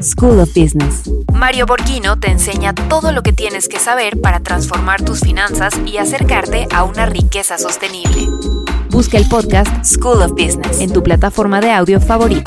School of Business. Mario Borghino te enseña todo lo que tienes que saber para transformar tus finanzas y acercarte a una riqueza sostenible. Busca el podcast School of Business en tu plataforma de audio favorita.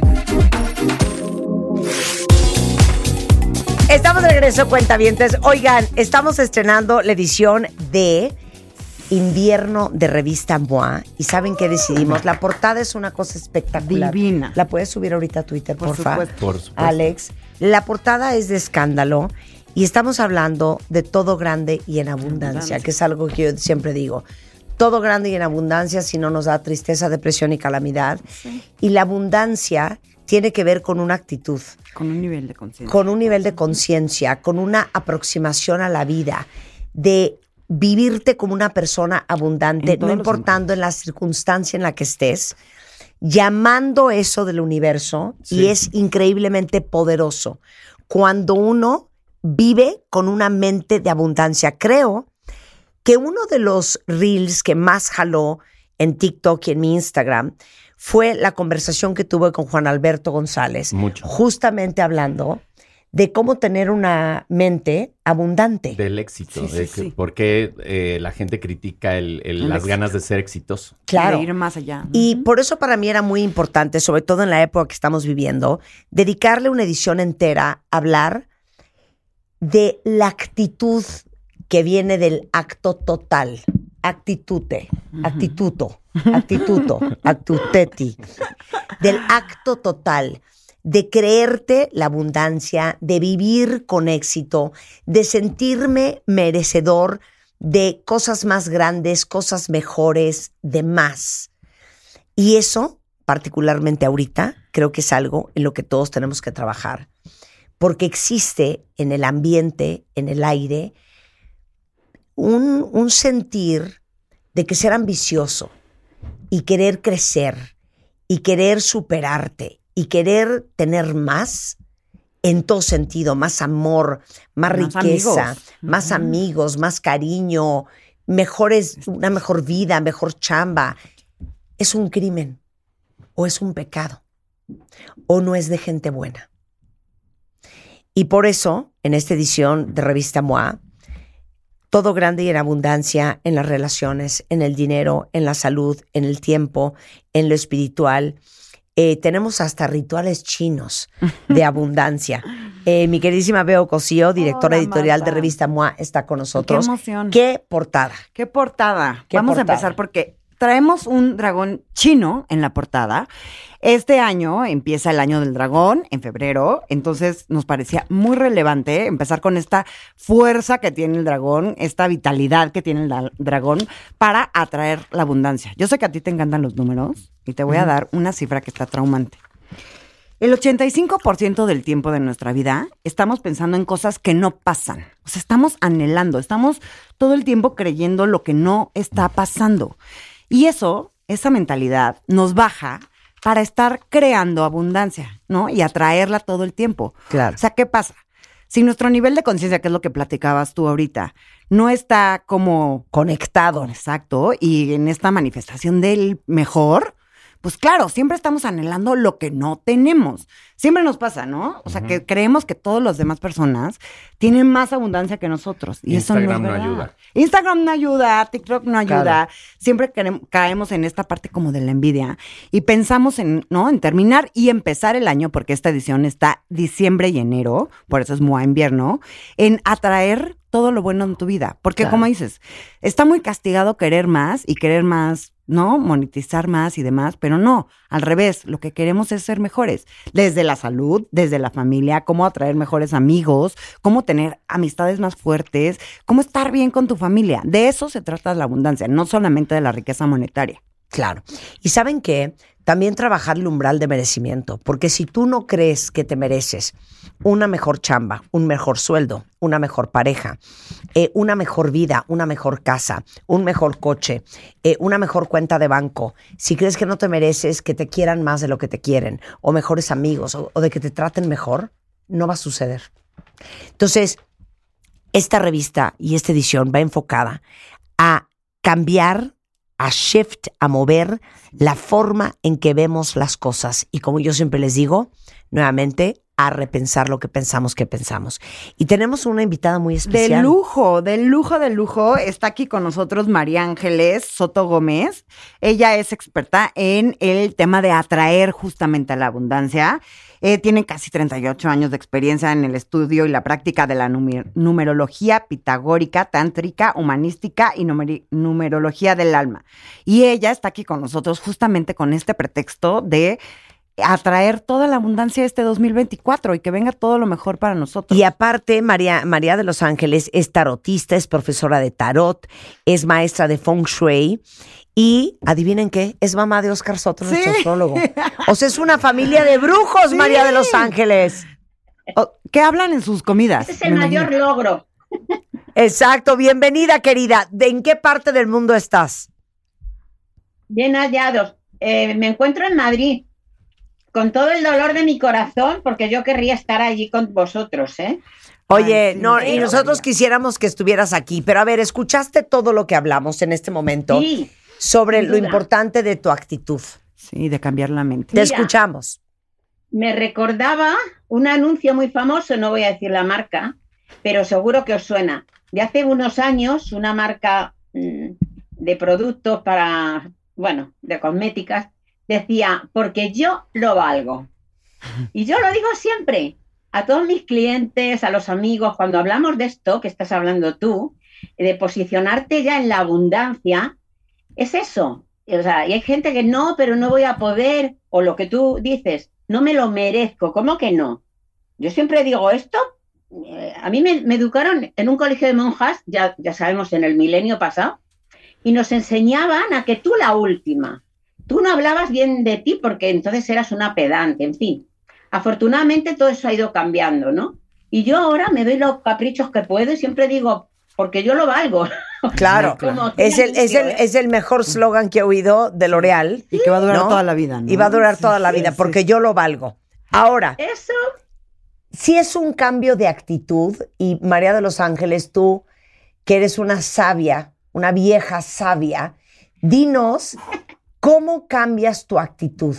Estamos de regreso, cuentavientes. Oigan, estamos estrenando la edición de invierno de revista MOA. ¿Y saben qué decidimos? La portada es una cosa espectacular. Divina. ¿La puedes subir ahorita a Twitter, porfa? Por supuesto. Alex. La portada es de escándalo y estamos hablando de todo grande y en abundancia, que es algo que yo siempre digo. Todo grande y en abundancia, si no nos da tristeza, depresión y calamidad. Sí. Y la abundancia tiene que ver con una actitud. Con un nivel de conciencia. Con un nivel de conciencia, con una aproximación a la vida, de vivirte como una persona abundante, no importando en la circunstancia en la que estés, llamando eso del universo, sí. Y es increíblemente poderoso cuando uno vive con una mente de abundancia. Creo que uno de los reels que más jaló en TikTok y en mi Instagram fue la conversación que tuve con Juan Alberto González. Mucho. Justamente hablando de cómo tener una mente abundante. Del éxito. Sí. ¿Por qué la gente critica las ganas de ser exitoso? Claro. De ir más allá. Y por eso para mí era muy importante, sobre todo en la época que estamos viviendo, dedicarle una edición entera a hablar de la actitud que viene del acto total. Actitude, actituto, actuteti. Del acto total. De creerte la abundancia, de vivir con éxito, de sentirme merecedor de cosas más grandes, cosas mejores, de más. Y eso, particularmente ahorita, creo que es algo en lo que todos tenemos que trabajar. Porque existe en el ambiente, en el aire, un sentir de que ser ambicioso y querer crecer y querer superarte y querer tener más en todo sentido, más amor, más riqueza, amigos. Más amigos, más cariño, una mejor vida, mejor chamba, es un crimen o es un pecado o no es de gente buena. Y por eso, en esta edición de Revista MOA, todo grande y en abundancia en las relaciones, en el dinero, en la salud, en el tiempo, en lo espiritual. Tenemos hasta rituales chinos de abundancia. Mi queridísima Beo Cosío, directora editorial de Revista MOA, está con nosotros. ¡Qué emoción! ¡Qué portada! ¡Qué portada! ¿Qué Vamos portada? a empezar porque traemos un dragón chino en la portada. Este año empieza el año del dragón, en febrero, entonces nos parecía muy relevante empezar con esta fuerza que tiene el dragón, esta vitalidad que tiene el dragón para atraer la abundancia. Yo sé que a ti te encantan los números y te voy a dar una cifra que está traumante. El 85% del tiempo de nuestra vida estamos pensando en cosas que no pasan. O sea, estamos anhelando, estamos todo el tiempo creyendo lo que no está pasando. Y esa mentalidad nos baja para estar creando abundancia, ¿no? Y atraerla todo el tiempo. Claro. O sea, ¿qué pasa? Si nuestro nivel de conciencia, que es lo que platicabas tú ahorita, no está como conectado. Exacto. Y en esta manifestación del mejor, pues claro, siempre estamos anhelando lo que no tenemos. Siempre nos pasa, ¿no? O sea, que creemos que todas las demás personas tienen más abundancia que nosotros. Y Instagram eso no es no verdad. ayuda. Instagram no ayuda, TikTok no ayuda. Claro. Siempre caemos en esta parte como de la envidia y pensamos en terminar y empezar el año, porque esta edición está diciembre y enero, por eso es MOA invierno, en atraer todo lo bueno en tu vida. Porque como dices, está muy castigado querer más y querer más, ¿no? Monetizar más y demás, pero no, al revés, lo que queremos es ser mejores, desde la salud, desde la familia, cómo atraer mejores amigos, cómo tener amistades más fuertes, cómo estar bien con tu familia. De eso se trata la abundancia, no solamente de la riqueza monetaria. Claro. ¿Y saben qué? También trabajar el umbral de merecimiento, porque si tú no crees que te mereces una mejor chamba, un mejor sueldo, una mejor pareja, una mejor vida, una mejor casa, un mejor coche, una mejor cuenta de banco, si crees que no te mereces que te quieran más de lo que te quieren, o mejores amigos, o de que te traten mejor, no va a suceder. Entonces, esta revista y esta edición va enfocada a cambiar, a shift, a mover la forma en que vemos las cosas. Y como yo siempre les digo, nuevamente, a repensar lo que pensamos que pensamos. Y tenemos una invitada muy especial. De lujo, de lujo, de lujo. Está aquí con nosotros María Ángeles Soto Gómez. Ella es experta en el tema de atraer justamente a la abundancia. Tiene casi 38 años de experiencia en el estudio y la práctica de la numerología pitagórica, tántrica, humanística y numerología del alma. Y ella está aquí con nosotros justamente con este pretexto de atraer toda la abundancia de este 2024 y que venga todo lo mejor para nosotros. Y aparte, María de los Ángeles es tarotista, es profesora de tarot, es maestra de Feng Shui y, adivinen qué, es mamá de Oscar Soto, nuestro astrólogo. O sea, es una familia de brujos, sí. María de los Ángeles. ¿Qué hablan en sus comidas? Ese es el mayor logro. Exacto, bienvenida, querida. ¿En qué parte del mundo estás? Bien hallados. Me encuentro en Madrid. Con todo el dolor de mi corazón, porque yo querría estar allí con vosotros, ¿eh? Oye, no, y nosotros quisiéramos que estuvieras aquí, pero a ver, ¿escuchaste todo lo que hablamos en este momento? Sí, sobre lo importante de tu actitud. Sí, de cambiar la mente. Te escuchamos. Me recordaba un anuncio muy famoso, no voy a decir la marca, pero seguro que os suena. De hace unos años, una marca de productos de cosméticas, decía, porque yo lo valgo. Y yo lo digo siempre, a todos mis clientes, a los amigos, cuando hablamos de esto, que estás hablando tú, de posicionarte ya en la abundancia, es eso. O sea, y hay gente que no, pero no voy a poder, o lo que tú dices, no me lo merezco. ¿Cómo que no? Yo siempre digo esto, a mí me educaron en un colegio de monjas, ya sabemos, en el milenio pasado, y nos enseñaban a que tú la última. Tú no hablabas bien de ti porque entonces eras una pedante, en fin. Afortunadamente todo eso ha ido cambiando, ¿no? Y yo ahora me doy los caprichos que puedo y siempre digo, porque yo lo valgo. Claro, es el mejor slogan que he oído de L'Oréal. Y que va a durar toda la vida, ¿no? Y va a durar toda la vida, porque yo lo valgo. Ahora, eso sí es un cambio de actitud, y María de los Ángeles, tú, que eres una sabia, una vieja sabia, dinos... ¿Cómo cambias tu actitud?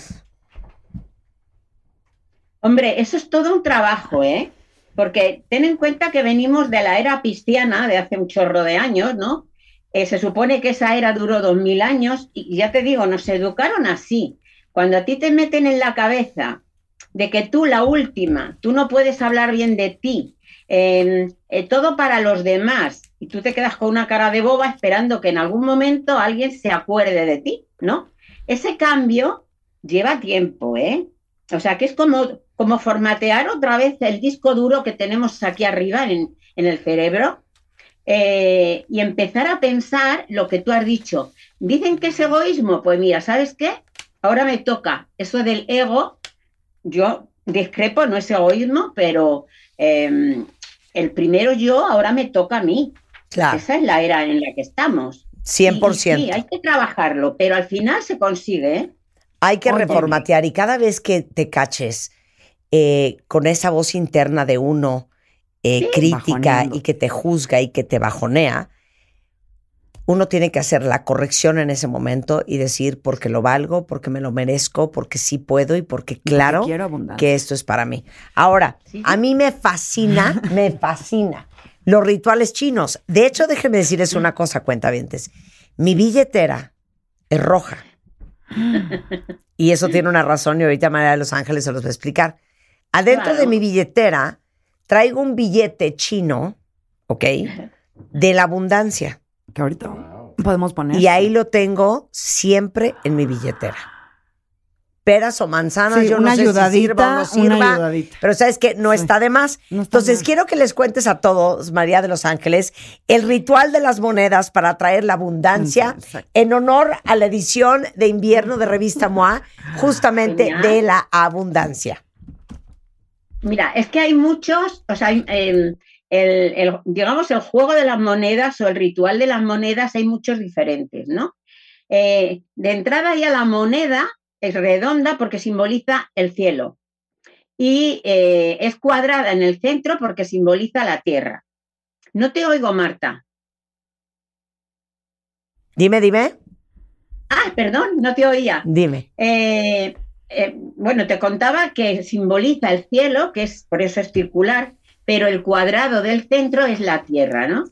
Hombre, eso es todo un trabajo, ¿eh? Porque ten en cuenta que venimos de la era pisciana, de hace un chorro de años, ¿no? Se supone que esa era duró 2000 años y ya te digo, nos educaron así. Cuando a ti te meten en la cabeza de que tú, la última, tú no puedes hablar bien de ti, todo para los demás, y tú te quedas con una cara de boba esperando que en algún momento alguien se acuerde de ti, ¿no? Ese cambio lleva tiempo, ¿eh? O sea, que es como formatear otra vez el disco duro que tenemos aquí arriba en el cerebro y empezar a pensar lo que tú has dicho. ¿Dicen que es egoísmo? Pues mira, ¿sabes qué? Ahora me toca eso del ego. Yo discrepo, no es egoísmo, pero el primero yo, ahora me toca a mí. Claro. Esa es la era en la que estamos. 100%. Y sí, hay que trabajarlo, pero al final se consigue, ¿eh? Hay que reformatear, y cada vez que te caches con esa voz interna de uno crítica bajoneando, y que te juzga y que te bajonea, uno tiene que hacer la corrección en ese momento y decir porque lo valgo, porque me lo merezco, porque sí puedo y porque claro que esto es para mí. Ahora, ¿sí? A mí me fascina los rituales chinos. De hecho, déjenme decirles una cosa, cuentavientes. Mi billetera es roja. Y eso tiene una razón y ahorita María de los Ángeles se los va a explicar. Adentro de mi billetera traigo un billete chino, ¿ok? De la abundancia. Que ahorita podemos poner. Y ahí lo tengo siempre en mi billetera. Peras o manzanas, sí, yo no sé si sirva o no sirva, pero sabes que no está de más. No está. Entonces quiero que les cuentes a todos, María de los Ángeles, el ritual de las monedas para atraer la abundancia. Exacto. En honor a la edición de invierno de Revista MOA, justamente genial, de la abundancia. Mira, es que hay muchos, o sea, digamos, el juego de las monedas o el ritual de las monedas hay muchos diferentes, ¿no? De entrada ya la moneda es redonda porque simboliza el cielo y es cuadrada en el centro porque simboliza la tierra. No te oigo, Marta. Dime. Ah, perdón, no te oía. Dime. bueno, te contaba que simboliza el cielo, que es por eso es circular, pero el cuadrado del centro es la Tierra, ¿no?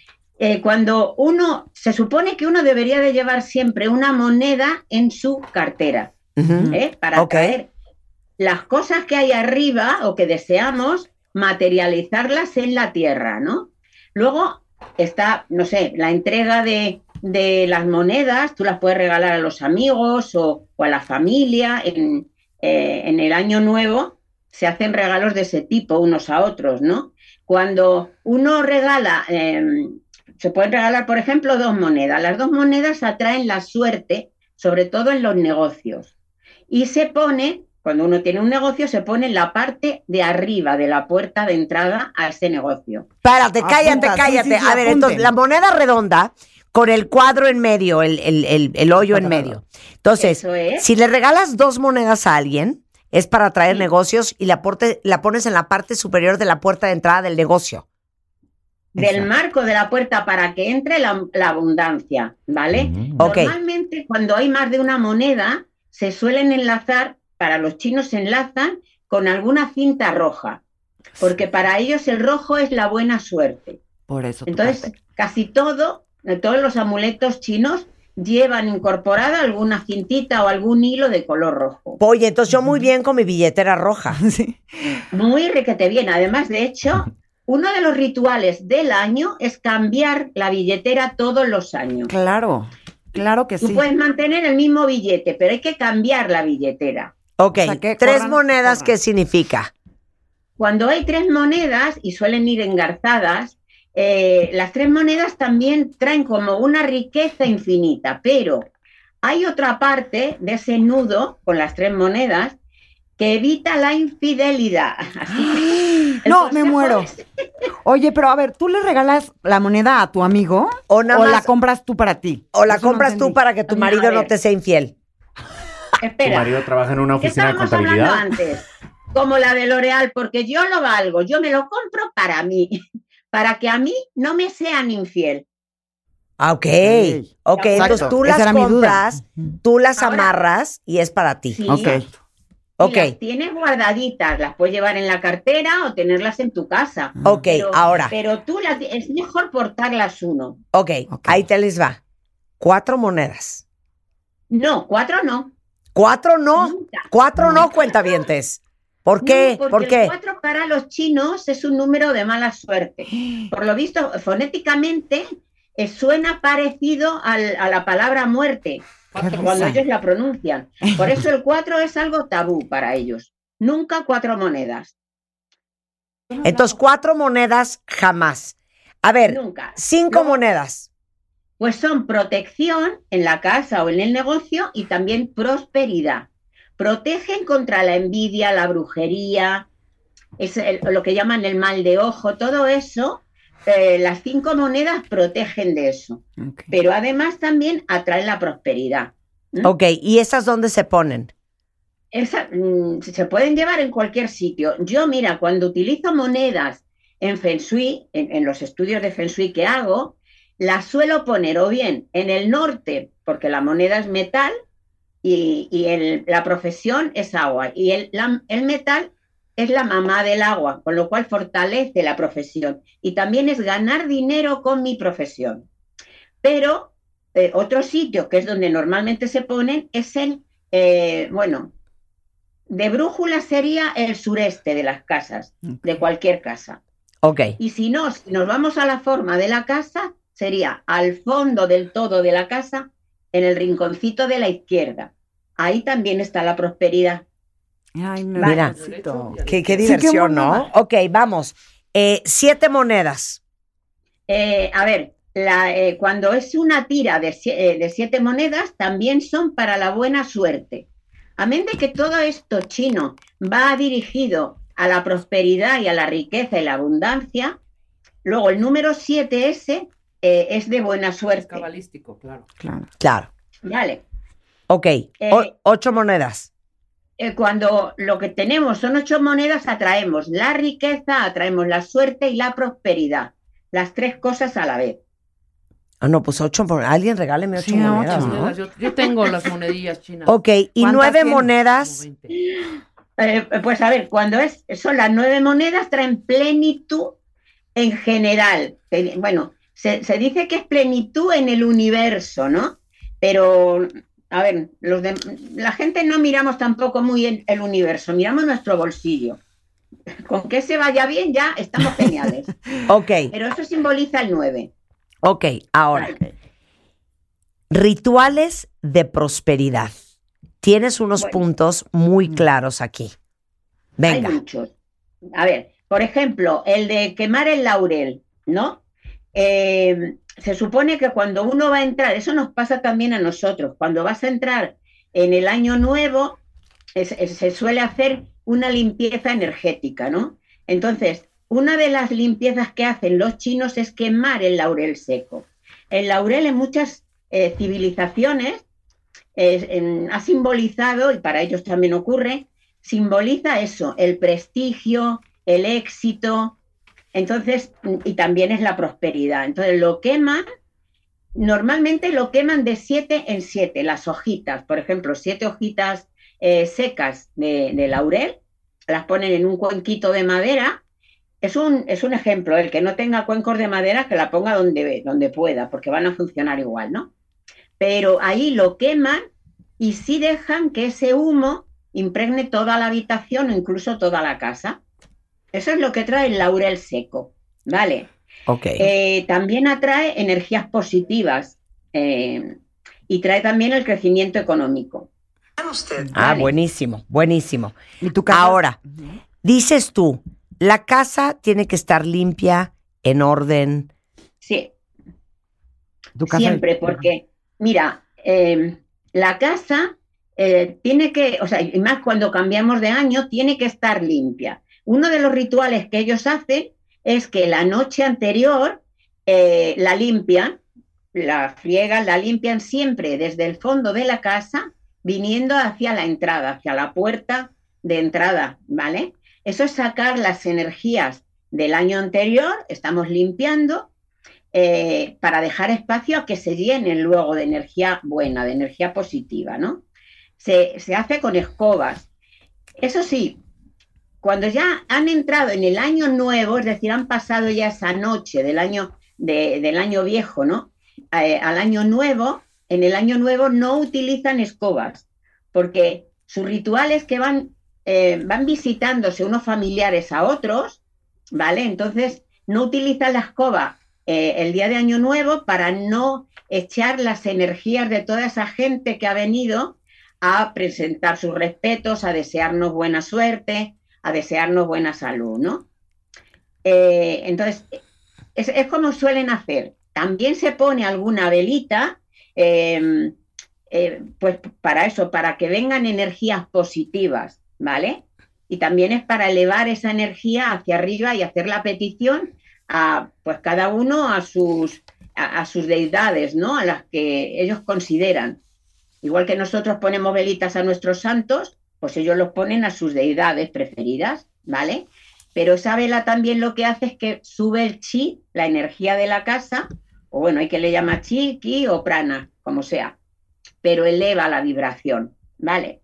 Cuando se supone que uno debería de llevar siempre una moneda en su cartera, para traer las cosas que hay arriba o que deseamos, materializarlas en la Tierra, ¿no? Luego está, no sé, la entrega de las monedas, tú las puedes regalar a los amigos o a la familia. En el Año Nuevo se hacen regalos de ese tipo unos a otros, ¿no? Cuando uno regala, se pueden regalar, por ejemplo, 2 monedas. Las 2 monedas atraen la suerte, sobre todo en los negocios. Y se pone, cuando uno tiene un negocio, se pone en la parte de arriba de la puerta de entrada a ese negocio. Párate, cállate. Sí, A ver, apunten. entonces, la moneda redonda con el cuadro en medio, el hoyo en medio. Entonces, Eso es. si le regalas 2 monedas a alguien, es para atraer negocios y la pones en la parte superior de la puerta de entrada del negocio. Del marco de la puerta para que entre la abundancia, ¿vale? Ok. Normalmente, cuando hay más de una moneda, se suelen enlazar, para los chinos se enlazan con alguna cinta roja, porque para ellos el rojo es la buena suerte. Por eso. Entonces, casi todos los amuletos chinos llevan incorporada alguna cintita o algún hilo de color rojo. Oye, entonces yo muy bien con mi billetera roja. Sí. Muy requete bien. Además, de hecho, uno de los rituales del año es cambiar la billetera todos los años. Claro que Tú sí. puedes mantener el mismo billete, pero hay que cambiar la billetera. Ok, O sea, que 3 corran, monedas, corran. ¿qué significa? Cuando hay 3 monedas y suelen ir engarzadas, las 3 monedas también traen como una riqueza infinita, pero hay otra parte de ese nudo con las 3 monedas que evita la infidelidad. Así que, No, el me consejo muero. es- Oye, pero a ver, ¿tú le regalas la moneda a tu amigo O nada la más- compras tú para ti? O la Eso no compras tú entendí. para que tu No, marido a no ver. te sea infiel. ¿Tu Espera, marido trabaja en una ¿qué oficina de estábamos hablando contabilidad? antes? Como la de L'Oreal, porque yo lo valgo, yo me lo compro para mí, para que a mí no me sean infiel. Ah, ok. Ok, Exacto. entonces tú Esa las era mi duda. compras, tú las Ahora- amarras y es para ti. Sí. Ok. Ok. Y las tienes guardaditas, las puedes llevar en la cartera o tenerlas en tu casa. Ok, ahora. Pero es mejor portarlas uno. Ok, Ok. ahí te les va. 4 monedas. No, 4 no. 4 no. Nunca. 4 no, cuentavientes. ¿Por qué? No, porque ¿Por qué? el 4 para los chinos es un número de mala suerte. Por lo visto, fonéticamente suena parecido a la palabra muerte, cuando risa. ellos la pronuncian. Por eso el 4 es algo tabú para ellos. Nunca 4 monedas. Entonces, 4 monedas jamás. A ver, Nunca. 5 Luego- monedas. Pues son protección en la casa o en el negocio y también prosperidad. Protegen contra la envidia, la brujería, lo que llaman el mal de ojo, todo eso. Las 5 monedas protegen de eso. Ok. Pero además también atraen la prosperidad. Ok, ¿y esas dónde se ponen? Se pueden llevar en cualquier sitio. Yo, mira, cuando utilizo monedas en Feng Shui, en los estudios de Feng Shui que hago, las suelo poner o bien en el norte, porque la moneda es metal y la profesión es agua. Y el metal es la mamá del agua, con lo cual fortalece la profesión. Y también es ganar dinero con mi profesión. Pero otro sitio, que es donde normalmente se ponen, es de brújula sería el sureste de las casas, de cualquier casa. Ok. Y si nos vamos a la forma de la casa, sería al fondo del todo de la casa, en el rinconcito de la izquierda. Ahí también está la prosperidad. Ay, no. Mira. necesito. Qué qué diversión, monada. ¿no? Ok, vamos. 7 monedas. A ver, cuando es una tira de 7 monedas, también son para la buena suerte. Amén de que todo esto chino va dirigido a la prosperidad y a la riqueza y la abundancia, luego el número 7 ese es de buena suerte. Cabalístico, claro. Claro. Claro. Vale. Ok, 8 monedas. Cuando lo que tenemos son 8 monedas, atraemos la riqueza, atraemos la suerte y la prosperidad. Las 3 cosas a la vez. Ah, no, pues 8 monedas. Alguien regáleme 8 Sí, monedas, 8, ¿no? Yo tengo las monedillas chinas. Ok, y ¿Cuántas 9 tienes? monedas. Como 20. Pues a ver, son las 9 monedas, traen plenitud en general. Bueno, se dice que es plenitud en el universo, ¿no? Pero, a ver, la gente no miramos tampoco muy en el universo, miramos nuestro bolsillo. Con que se vaya bien ya estamos geniales. Ok, Pero eso simboliza el 9. ok, ahora. Rituales de prosperidad. Tienes unos Bueno. puntos muy claros aquí. Venga. Hay muchos. A ver, por ejemplo, el de quemar el laurel, ¿no? Se supone que cuando uno va a entrar, eso nos pasa también a nosotros, cuando vas a entrar en el año nuevo, se suele hacer una limpieza energética, ¿no? Entonces, una de las limpiezas que hacen los chinos es quemar el laurel seco. El laurel en muchas civilizaciones ha simbolizado, y para ellos también ocurre, simboliza eso, el prestigio, el éxito, entonces, y también es la prosperidad. Entonces lo queman, normalmente lo queman de 7 en 7, las hojitas, por ejemplo, 7 hojitas secas de laurel, las ponen en un cuenquito de madera. Es un ejemplo, el que no tenga cuencos de madera, que la ponga donde pueda, porque van a funcionar igual, ¿no? Pero ahí lo queman y sí dejan que ese humo impregne toda la habitación o incluso toda la casa. Eso es lo que trae el laurel seco, ¿vale? Ok. También atrae energías positivas y trae también el crecimiento económico. Ah, Vale. buenísimo, buenísimo. ¿Y tu casa? Ahora, dices tú, la casa tiene que estar limpia, en orden. Sí, ¿Tu casa? siempre, porque, mira, la casa tiene que, o sea, y más cuando cambiamos de año, tiene que estar limpia. Uno de los rituales que ellos hacen es que la noche anterior la limpian, la friegan, la limpian siempre desde el fondo de la casa, viniendo hacia la entrada, hacia la puerta de entrada, ¿vale? Eso es sacar las energías del año anterior, estamos limpiando, para dejar espacio a que se llenen luego de energía buena, de energía positiva, ¿no? Se hace con escobas. Eso sí, cuando ya han entrado en el año nuevo, es decir, han pasado ya esa noche del año viejo, ¿no? Al año nuevo, en el año nuevo no utilizan escobas, porque su ritual es que van visitándose unos familiares a otros, ¿vale? Entonces no utilizan la escoba el día de año nuevo para no echar las energías de toda esa gente que ha venido a presentar sus respetos, a desearnos buena suerte, a desearnos buena salud, ¿no? Entonces, es como suelen hacer. También se pone alguna velita, pues para eso, para que vengan energías positivas, ¿vale? Y también es para elevar esa energía hacia arriba y hacer la petición a, pues cada uno a sus deidades, ¿no? A las que ellos consideran. Igual que nosotros ponemos velitas a nuestros santos, pues ellos los ponen a sus deidades preferidas, ¿vale? Pero esa vela también lo que hace es que sube el chi, la energía de la casa, o bueno, hay que le llama chi, ki o prana, como sea, pero eleva la vibración, ¿vale?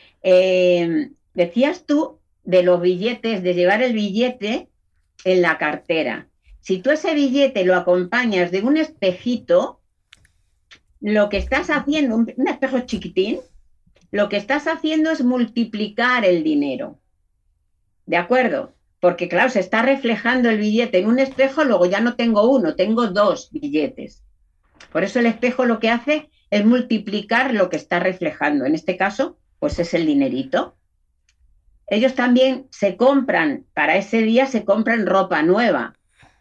Decías tú de los billetes, de llevar el billete en la cartera. Si tú ese billete lo acompañas de un espejito, lo que estás haciendo, un espejo chiquitín, lo que estás haciendo es multiplicar el dinero. ¿De acuerdo? Porque claro, se está reflejando el billete en un espejo, luego ya no tengo uno, tengo 2 billetes. Por eso el espejo lo que hace es multiplicar lo que está reflejando. En este caso, pues es el dinerito. Ellos también se compran, para ese día se compran ropa nueva.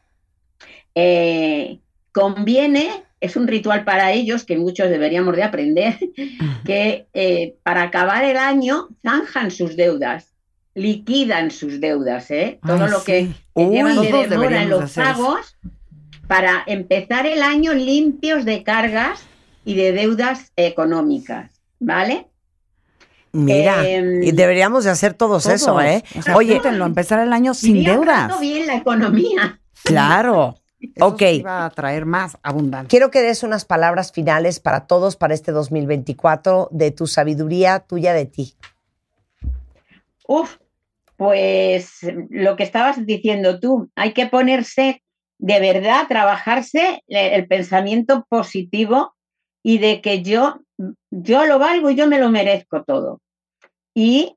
Conviene, es un ritual para ellos que muchos deberíamos de aprender, que para acabar el año zanjan sus deudas, liquidan sus deudas, todo lo que llevan de demora en los pagos, para empezar el año limpios de cargas y de deudas económicas, ¿vale? Mira, y deberíamos de hacer todos eso, ¿eh? O sea, Oye, empezar el año sin deudas. Bien la economía. Claro. Eso Ok. sí va a traer más abundancia. Quiero que des unas palabras finales para todos para este 2024 de tu sabiduría tuya de ti. Uf, pues lo que estabas diciendo tú, hay que ponerse de verdad, trabajarse el pensamiento positivo y de que yo lo valgo y yo me lo merezco todo. Y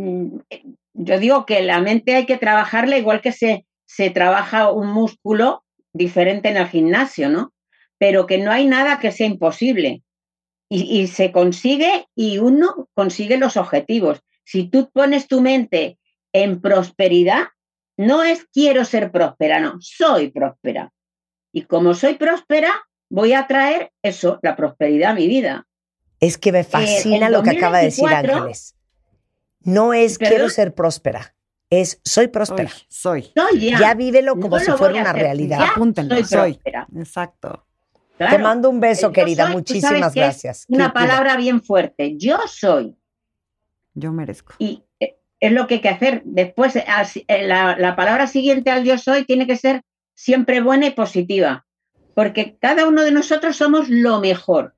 yo digo que la mente hay que trabajarla igual que se trabaja un músculo diferente en el gimnasio, ¿no? Pero que no hay nada que sea imposible. Y se consigue y uno consigue los objetivos. Si tú pones tu mente en prosperidad, no es quiero ser próspera, no, soy próspera. Y como soy próspera, voy a traer eso, la prosperidad a mi vida. Es que me fascina lo que acaba de decir 2024, Ángeles. No es ¿Perdón? quiero ser próspera, es soy próspera. Soy. Ya vívelo como No si lo fuera voy a una hacer, realidad. ya Apúntenlo, soy soy. próspera. Exacto. Claro. Te mando un beso, El yo querida. soy, tú Muchísimas sabes que es gracias. Una Dime. palabra bien fuerte. Yo soy. Yo merezco. Y es lo que hay que hacer. Después, la palabra siguiente al yo soy tiene que ser siempre buena y positiva. Porque cada uno de nosotros somos lo mejor.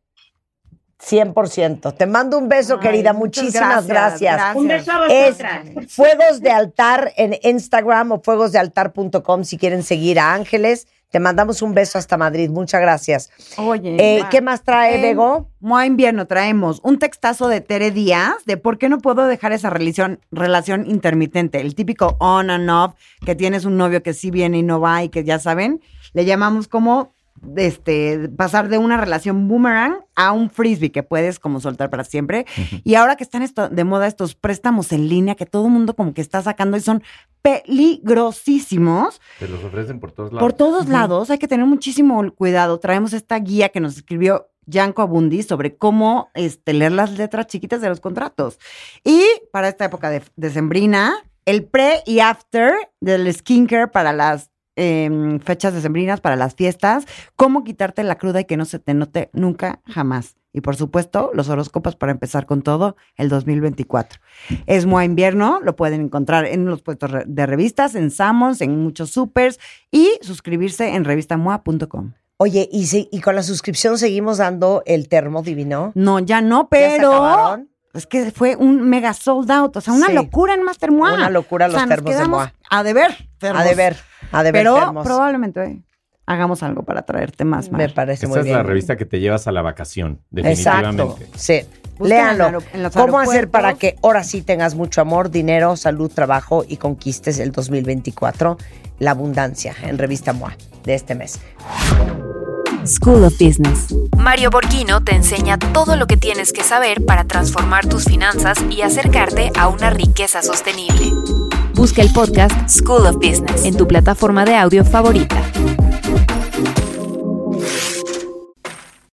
100%. Te mando un beso, Ay, querida. muchas Muchísimas gracias. Un beso a Es vosotras. Fuegos de Altar en Instagram o fuegosdealtar.com si quieren seguir a Ángeles. Te mandamos un beso hasta Madrid. Muchas gracias. Oye, ¿Qué más trae, Bego? Mua Invierno traemos un textazo de Tere Díaz de por qué no puedo dejar esa relación intermitente. El típico on and off, que tienes un novio que sí viene y no va y que ya saben, le llamamos como pasar de una relación boomerang a un frisbee que puedes como soltar para siempre. Y ahora que están de moda estos préstamos en línea que todo el mundo como que está sacando y son peligrosísimos. Te los ofrecen por todos lados. Por todos lados, hay que tener muchísimo cuidado. Traemos esta guía que nos escribió Yanko Abundi sobre cómo leer las letras chiquitas de los contratos. Y para esta época de decembrina, el pre y after del skincare para las fechas decembrinas, para las fiestas, cómo quitarte la cruda y que no se te note nunca, jamás. Y por supuesto, los horóscopos para empezar con todo el 2024. Es Mua Invierno, lo pueden encontrar en los puestos de revistas, en Sammons, en muchos supers y suscribirse en revistamua.com. Oye, ¿y con la suscripción seguimos dando el termo divino? No, ya no, ¿Ya se pero acabaron? es que fue un mega sold out, o sea, una Sí. locura en Master Mua. Una locura los nos termos de quedamos Mua. A deber, termos. A deber Pero termos. probablemente hagamos algo para traerte más. Me parece Esta muy es bien. la revista que te llevas a la vacación, Exacto. definitivamente. Sí. Busquen Léanlo. en los ¿Cómo hacer aeropuertos? para que ahora sí tengas mucho amor, dinero, salud, trabajo y conquistes el 2024? La abundancia en Revista MOA de este mes. School of Business. Mario Borghino te enseña todo lo que tienes que saber para transformar tus finanzas y acercarte a una riqueza sostenible. Busca el podcast School of Business. en tu plataforma de audio favorita.